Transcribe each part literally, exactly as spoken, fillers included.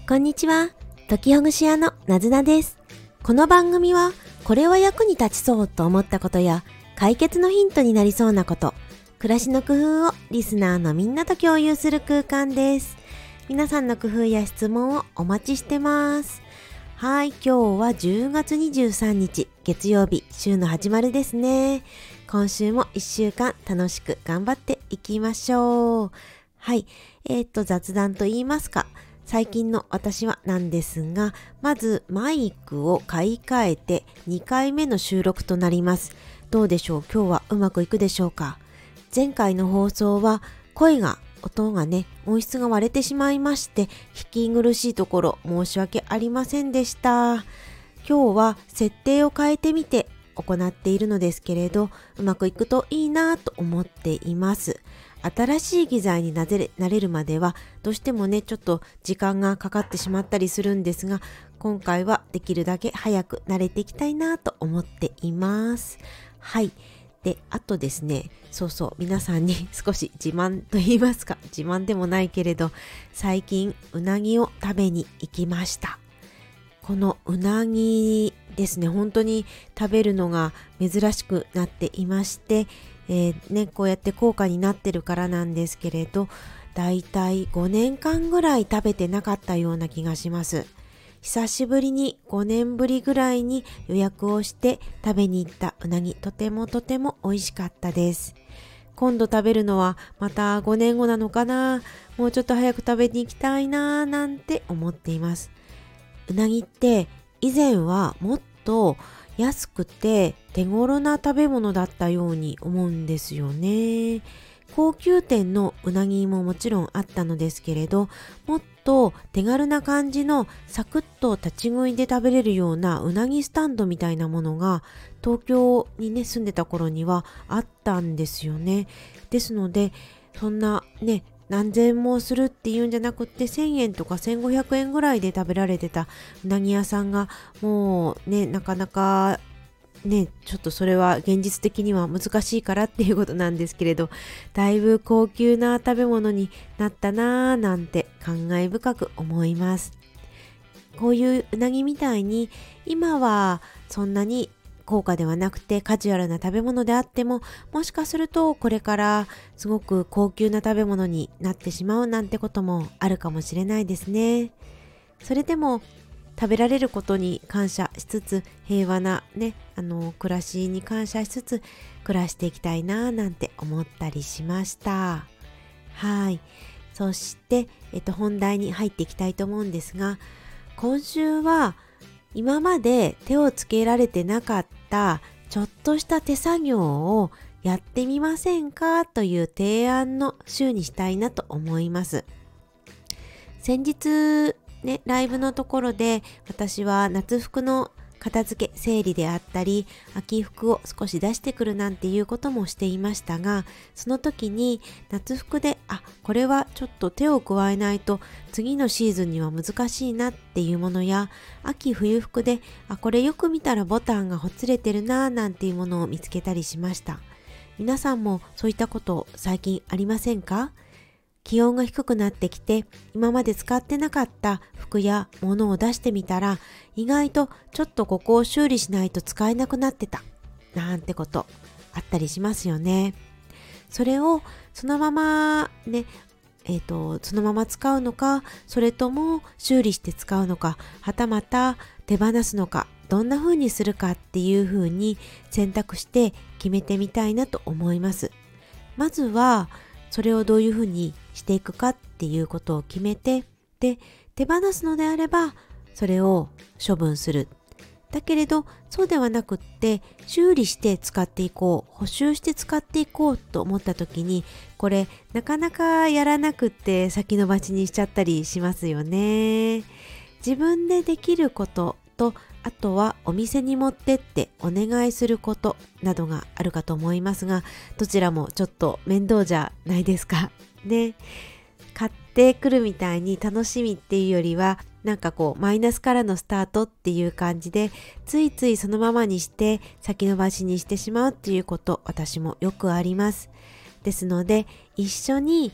こんにちは。解きほぐし屋のなずなです。この番組は、これは役に立ちそうと思ったことや、解決のヒントになりそうなこと、暮らしの工夫をリスナーのみんなと共有する空間です。皆さんの工夫や質問をお待ちしてます。はい、今日はじゅうがつにじゅうさんにち月曜日、週の始まりですね。今週もいっしゅうかん楽しく頑張っていきましょう。はい、えーと雑談と言いますか、最近の私はなんですが、まずマイクを買い替えてにかいめの収録となります。どうでしょう、今日はうまくいくでしょうか。前回の放送は声が音がね音質が割れてしまいまして、聞き苦しいところ申し訳ありませんでした。今日は設定を変えてみて行っているのですけれど、うまくいくといいなと思っています。新しい機材になれ、なれるまではどうしてもねちょっと時間がかかってしまったりするんですが、今回はできるだけ早く慣れていきたいなと思っています。はい。で、あとですね、そうそう、皆さんに少し自慢と言いますか、自慢でもないけれど、最近うなぎを食べに行きました。このうなぎですね、本当に食べるのが珍しくなっていまして、えー、ね、こうやって高価になってるからなんですけれど、だいたいごねんかんぐらい食べてなかったような気がします。久しぶりにごねんぶりぐらいに予約をして食べに行ったうなぎ、とてもとても美味しかったです。今度食べるのはまたごねんごなのかな、もうちょっと早く食べに行きたいななんて思っています。うなぎって以前はもっと安くて手頃な食べ物だったように思うんですよね。高級店のうなぎももちろんあったのですけれど、もっと手軽な感じのサクッと立ち食いで食べれるようなうなぎスタンドみたいなものが東京にね住んでた頃にはあったんですよね。ですのでそんなね何千もするっていうんじゃなくって、せんえんとかせんごひゃくえんぐらいで食べられてたうなぎ屋さんがもうねなかなかねちょっとそれは現実的には難しいからっていうことなんですけれど、だいぶ高級な食べ物になったなぁなんて感慨深く思います。こういううなぎみたいに今はそんなに高価ではなくてカジュアルな食べ物であっても、もしかするとこれからすごく高級な食べ物になってしまうなんてこともあるかもしれないですね。それでも食べられることに感謝しつつ、平和なねあの暮らしに感謝しつつ暮らしていきたいななんて思ったりしました。はい。そして、えっと、本題に入っていきたいと思うんですが、今週は今まで手をつけられてなかったちょっとした手作業をやってみませんかという提案の週にしたいなと思います。先日ね、ライブのところで私は夏服の片付け整理であったり、秋服を少し出してくるなんていうこともしていましたが、その時に夏服であこれはちょっと手を加えないと次のシーズンには難しいなっていうものや、秋冬服であこれよく見たらボタンがほつれてるななんていうものを見つけたりしました。皆さんもそういったこと最近ありませんか？気温が低くなってきて今まで使ってなかった服や物を出してみたら、意外とちょっとここを修理しないと使えなくなってたなんてことあったりしますよね。それをそのままねえーとそのまま使うのか、それとも修理して使うのか、はたまた手放すのか、どんな風にするかっていう風に選択して決めてみたいなと思います。まずはそれをどういうふうにしていくかっていうことを決めて、で手放すのであればそれを処分する。だけれどそうではなくって修理して使っていこう、補修して使っていこうと思った時に、これなかなかやらなくって先延ばしにしちゃったりしますよね。自分でできることと、あとはお店に持ってってお願いすることなどがあるかと思いますが、どちらもちょっと面倒じゃないですかね。買ってくるみたいに楽しみっていうよりは、なんかこうマイナスからのスタートっていう感じで、ついついそのままにして先延ばしにしてしまうっていうこと、私もよくあります。ですので一緒に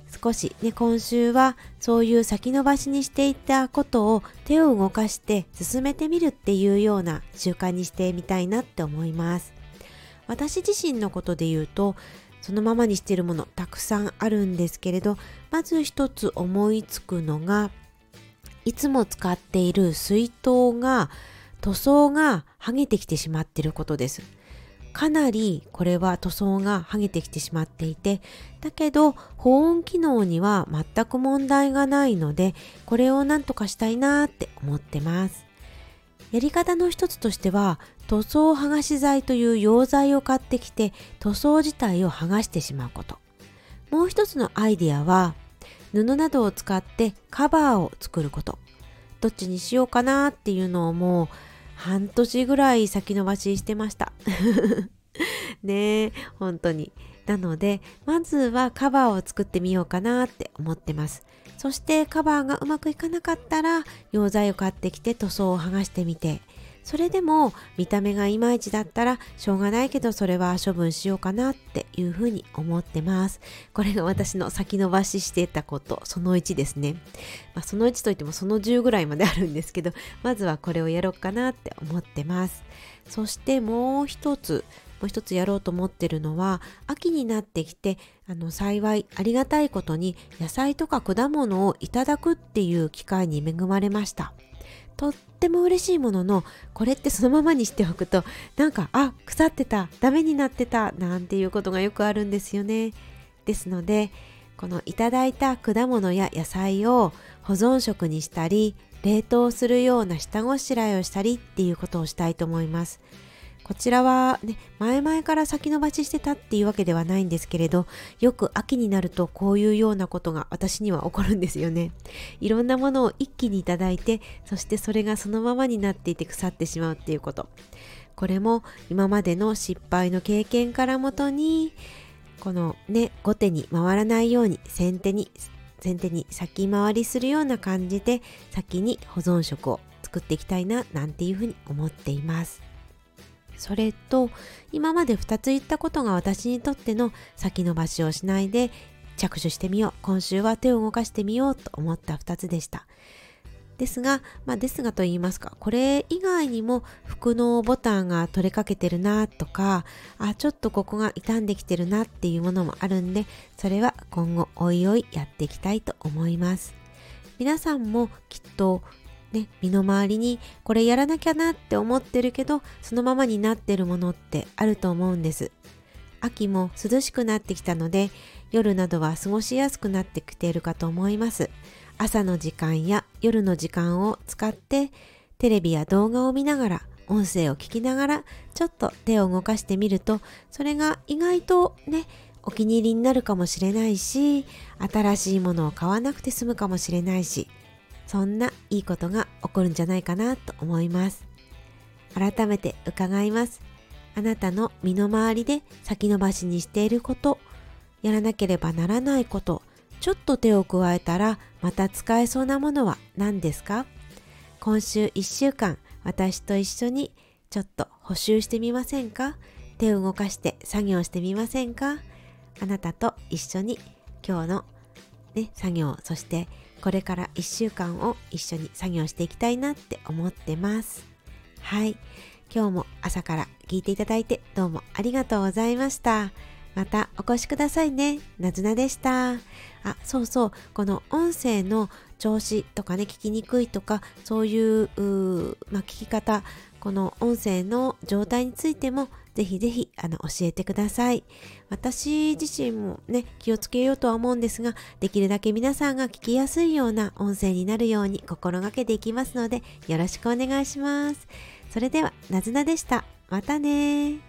少しね、今週はそういう先延ばしにしていたことを手を動かして進めてみるっていうような習慣にしてみたいなって思います。私自身のことで言うと、そのままにしているものたくさんあるんですけれど、まず一つ思いつくのが、いつも使っている水筒が塗装が剥げてきてしまっていることです。かなりこれは塗装が剥げてきてしまっていて、だけど保温機能には全く問題がないので、これをなんとかしたいなって思ってます。やり方の一つとしては、塗装剥がし剤という溶剤を買ってきて塗装自体を剥がしてしまうこと。もう一つのアイデアは、布などを使ってカバーを作ること。どっちにしようかなっていうのをもう半年ぐらい先延ばししてましたねえ、本当に。なのでまずはカバーを作ってみようかなって思ってます。そしてカバーがうまくいかなかったら溶剤を買ってきて塗装を剥がしてみて、それでも見た目がいまいちだったらしょうがないけど、それは処分しようかなっていうふうに思ってます。これが私の先延ばししてたことそのいちですね。まあ、そのいちといってもそのじゅうぐらいまであるんですけど、まずはこれをやろうかなって思ってます。そしてもう一つもう一つやろうと思ってるのは、秋になってきて、あの幸いありがたいことに野菜とか果物をいただくっていう機会に恵まれました。とっても嬉しいものの、これってそのままにしておくと、なんかあ腐ってた、ダメになってたなんていうことがよくあるんですよね。ですので、このいただいた果物や野菜を保存食にしたり、冷凍するような下ごしらえをしたりっていうことをしたいと思います。こちらはね、前々から先延ばししてたっていうわけではないんですけれど、よく秋になるとこういうようなことが私には起こるんですよね。いろんなものを一気にいただいて、そしてそれがそのままになっていて腐ってしまうっていうこと。これも今までの失敗の経験からもとに、このね、後手に回らないように先手に先手に先回りするような感じで、先に保存食を作っていきたいななんていうふうに思っています。それと、今までふたつ言ったことが私にとっての先延ばしをしないで着手してみよう、今週は手を動かしてみようと思ったふたつでした。ですが、まあですがと言いますか、これ以外にも服のボタンが取れかけてるなとか、あ、ちょっとここが傷んできてるなっていうものもあるんで、それは今後おいおいやっていきたいと思います。皆さんもきっとね、身の回りにこれやらなきゃなって思ってるけど、そのままになってるものってあると思うんです。秋も涼しくなってきたので、夜などは過ごしやすくなってきているかと思います。朝の時間や夜の時間を使ってテレビや動画を見ながら、音声を聞きながらちょっと手を動かしてみると、それが意外とね、お気に入りになるかもしれないし、新しいものを買わなくて済むかもしれないし、そんないいことが起こるんじゃないかなと思います。改めて伺います。あなたの身の回りで先延ばしにしていること、やらなければならないこと、ちょっと手を加えたらまた使えそうなものは何ですか？今週いっしゅうかん、私と一緒にちょっと補習してみませんか？手を動かして作業してみませんか？あなたと一緒に今日の、ね、作業、そしてこれからいっしゅうかんを一緒に作業していきたいなって思ってます。はい、今日も朝から聞いていただいてどうもありがとうございました。またお越しくださいね。なずなでした。あ、そうそう、この音声の調子とかね、聞きにくいとか、そういう、うー、まあ、聞き方、この音声の状態についてもぜひぜひあの教えてください。私自身もね、気をつけようとは思うんですが、できるだけ皆さんが聞きやすいような音声になるように心がけていきますので、よろしくお願いします。それではなずなでした。またね。